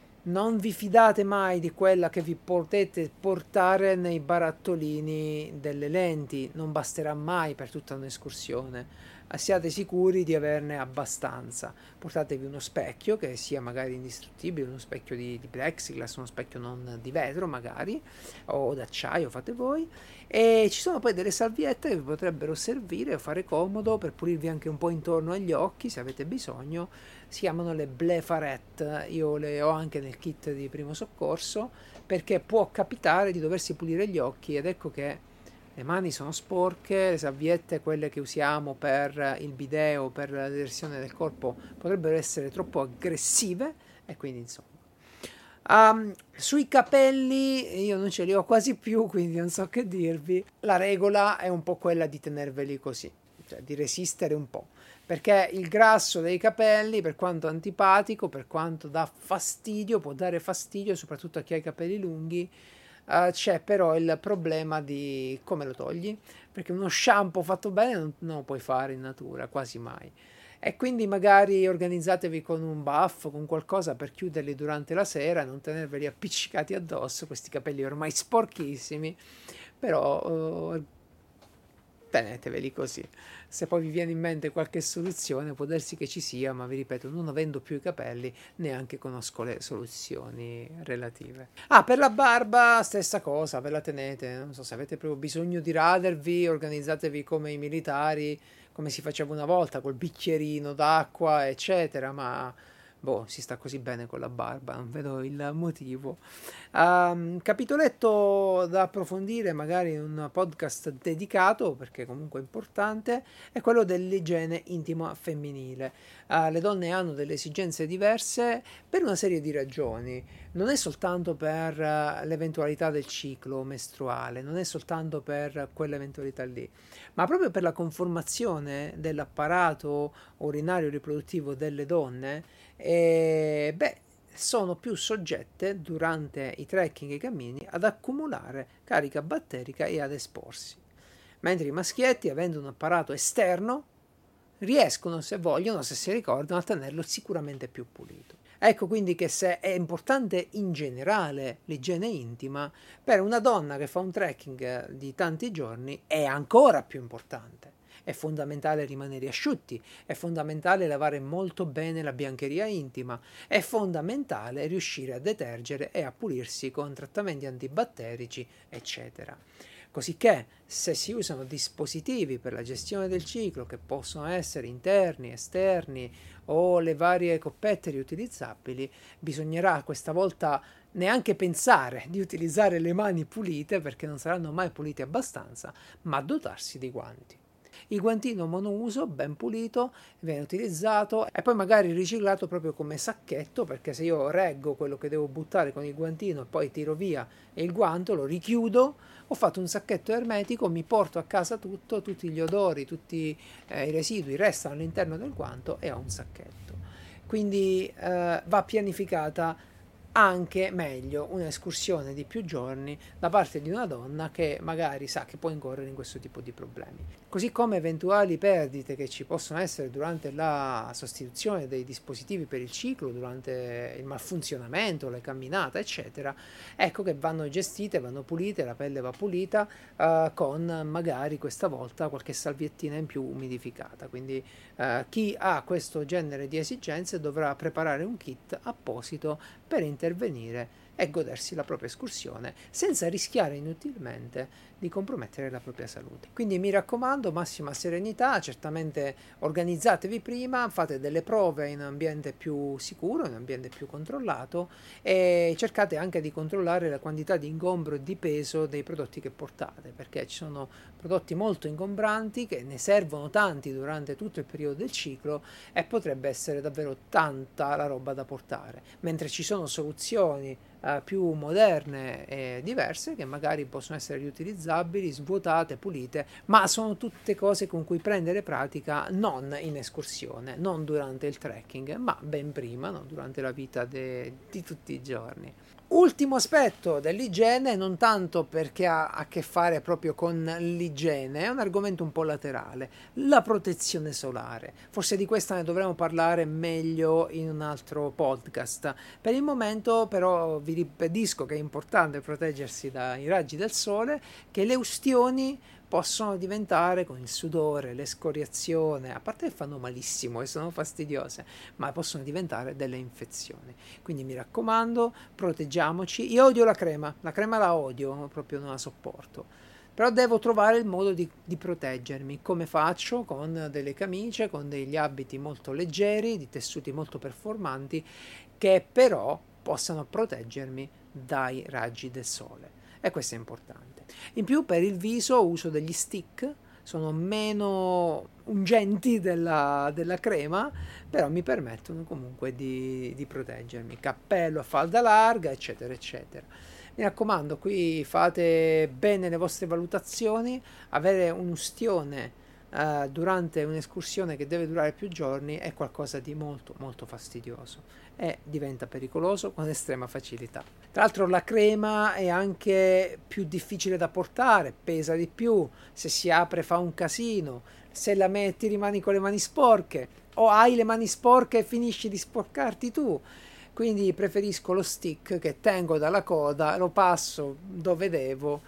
Non vi fidate mai di quella che vi potete portare nei barattolini delle lenti, non basterà mai per tutta un'escursione. Siate sicuri di averne abbastanza. Portatevi uno specchio che sia magari indistruttibile, uno specchio di, di plexiglass, uno specchio non di vetro magari, o d'acciaio, fate voi. E ci sono poi delle salviette che vi potrebbero servire o fare comodo per pulirvi anche un po' intorno agli occhi se avete bisogno. Si chiamano le Blefaret, io le ho anche nel kit di primo soccorso perché può capitare di doversi pulire gli occhi ed ecco che le mani sono sporche, le salviette, quelle che usiamo per il bidet o per la detersione del corpo, potrebbero essere troppo aggressive e quindi insomma. Um, sui capelli io non ce li ho quasi più, quindi non so che dirvi. La regola è un po' quella di tenerveli così, cioè di resistere un po'. Perché il grasso dei capelli, per quanto antipatico, per quanto dà fastidio, può dare fastidio soprattutto a chi ha i capelli lunghi, uh, c'è però il problema di come lo togli, perché uno shampoo fatto bene non, non lo puoi fare in natura, quasi mai. E quindi magari organizzatevi con un buff, con qualcosa per chiuderli durante la sera, non tenerveli appiccicati addosso, questi capelli ormai sporchissimi, però uh, teneteveli così. Se poi vi viene in mente qualche soluzione può darsi che ci sia, ma vi ripeto, non avendo più i capelli neanche conosco le soluzioni relative. Ah, per la barba stessa cosa, ve la tenete, non so se avete proprio bisogno di radervi, organizzatevi come i militari, come si faceva una volta col bicchierino d'acqua eccetera, ma boh, si sta così bene con la barba, non vedo il motivo. Um, capitoletto da approfondire magari in un podcast dedicato, perché comunque è importante, è quello dell'igiene intima femminile. Uh, le donne hanno delle esigenze diverse per una serie di ragioni. Non è soltanto per uh, l'eventualità del ciclo mestruale, non è soltanto per quell'eventualità lì, ma proprio per la conformazione dell'apparato urinario riproduttivo delle donne. E, beh, sono più soggette durante i trekking e i cammini ad accumulare carica batterica e ad esporsi, mentre i maschietti, avendo un apparato esterno, riescono, se vogliono, se si ricordano, a tenerlo sicuramente più pulito. Ecco quindi che se è importante in generale l'igiene intima, per una donna che fa un trekking di tanti giorni è ancora più importante. È fondamentale rimanere asciutti, è fondamentale lavare molto bene la biancheria intima, è fondamentale riuscire a detergere e a pulirsi con trattamenti antibatterici, eccetera. Cosicché se si usano dispositivi per la gestione del ciclo, che possono essere interni, esterni o le varie coppette riutilizzabili, bisognerà questa volta neanche pensare di utilizzare le mani pulite, perché non saranno mai pulite abbastanza, ma dotarsi di guanti. Il guantino monouso, ben pulito, viene utilizzato e poi magari riciclato proprio come sacchetto, perché se io reggo quello che devo buttare con il guantino e poi tiro via e il guanto, lo richiudo, ho fatto un sacchetto ermetico, mi porto a casa tutto, tutti gli odori, tutti eh, i residui restano all'interno del guanto e ho un sacchetto. Quindi eh, va pianificata anche meglio un'escursione di più giorni da parte di una donna che magari sa che può incorrere in questo tipo di problemi. Così come eventuali perdite che ci possono essere durante la sostituzione dei dispositivi per il ciclo, durante il malfunzionamento, le camminate, eccetera, ecco che vanno gestite, vanno pulite, la pelle va pulita eh, con magari questa volta qualche salviettina in più umidificata. Quindi eh, chi ha questo genere di esigenze dovrà preparare un kit apposito per intervenire e godersi la propria escursione senza rischiare inutilmente di compromettere la propria salute. Quindi mi raccomando, massima serenità, certamente organizzatevi prima, fate delle prove in un ambiente più sicuro, in un ambiente più controllato e cercate anche di controllare la quantità di ingombro e di peso dei prodotti che portate, perché ci sono prodotti molto ingombranti che ne servono tanti durante tutto il periodo del ciclo e potrebbe essere davvero tanta la roba da portare, mentre ci sono soluzioni Uh, più moderne e diverse che magari possono essere riutilizzabili, svuotate, pulite, ma sono tutte cose con cui prendere pratica non in escursione, non durante il trekking, ma ben prima, no? Durante la vita de- di tutti i giorni. Ultimo aspetto dell'igiene, non tanto perché ha a che fare proprio con l'igiene, è un argomento un po' laterale, la protezione solare. Forse di questa ne dovremo parlare meglio in un altro podcast. Per il momento però vi ribadisco che è importante proteggersi dai raggi del sole, che le ustioni possono diventare con il sudore, l'escoriazione, a parte che fanno malissimo e sono fastidiose, ma possono diventare delle infezioni. Quindi mi raccomando, proteggiamoci. Io odio la crema, la crema la odio, proprio non la sopporto. Però devo trovare il modo di, di proteggermi. Come faccio? Con delle camicie, con degli abiti molto leggeri, di tessuti molto performanti, che però possano proteggermi dai raggi del sole. E questo è importante. In più per il viso uso degli stick, sono meno ungenti della, della crema, però mi permettono comunque di, di proteggermi. Cappello a falda larga, eccetera, eccetera. Mi raccomando, qui fate bene le vostre valutazioni, avere un'ustione Uh, durante un'escursione che deve durare più giorni è qualcosa di molto molto fastidioso e diventa pericoloso con estrema facilità. Tra l'altro la crema è anche più difficile da portare, pesa di più, se si apre fa un casino, se la metti rimani con le mani sporche o hai le mani sporche e finisci di sporcarti tu. Quindi preferisco lo stick che tengo dalla coda, lo passo dove devo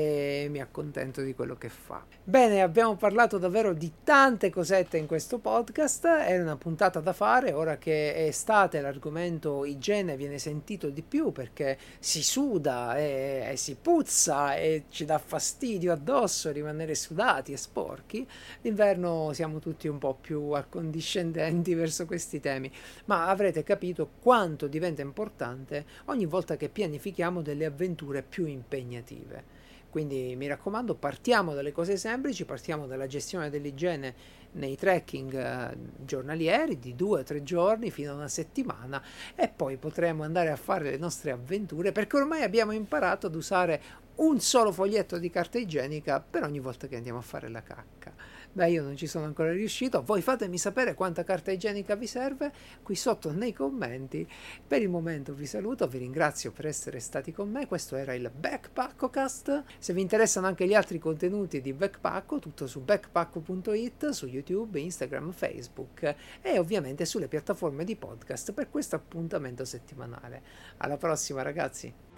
e mi accontento di quello che fa. Bene, abbiamo parlato davvero di tante cosette in questo podcast, era una puntata da fare, ora che è estate l'argomento igiene viene sentito di più perché si suda e, e si puzza e ci dà fastidio addosso rimanere sudati e sporchi. D'inverno siamo tutti un po' più accondiscendenti verso questi temi, ma avrete capito quanto diventa importante ogni volta che pianifichiamo delle avventure più impegnative. Quindi mi raccomando, partiamo dalle cose semplici, partiamo dalla gestione dell'igiene nei trekking eh, giornalieri di due o tre giorni fino a una settimana e poi potremo andare a fare le nostre avventure perché ormai abbiamo imparato ad usare un solo foglietto di carta igienica per ogni volta che andiamo a fare la cacca. Beh, io non ci sono ancora riuscito, voi fatemi sapere quanta carta igienica vi serve qui sotto nei commenti. Per il momento vi saluto, vi ringrazio per essere stati con me, questo era il Backpackocast. Se vi interessano anche gli altri contenuti di Backpacko, tutto su backpacko punto it, su YouTube, Instagram, Facebook e ovviamente sulle piattaforme di podcast per questo appuntamento settimanale. Alla prossima ragazzi!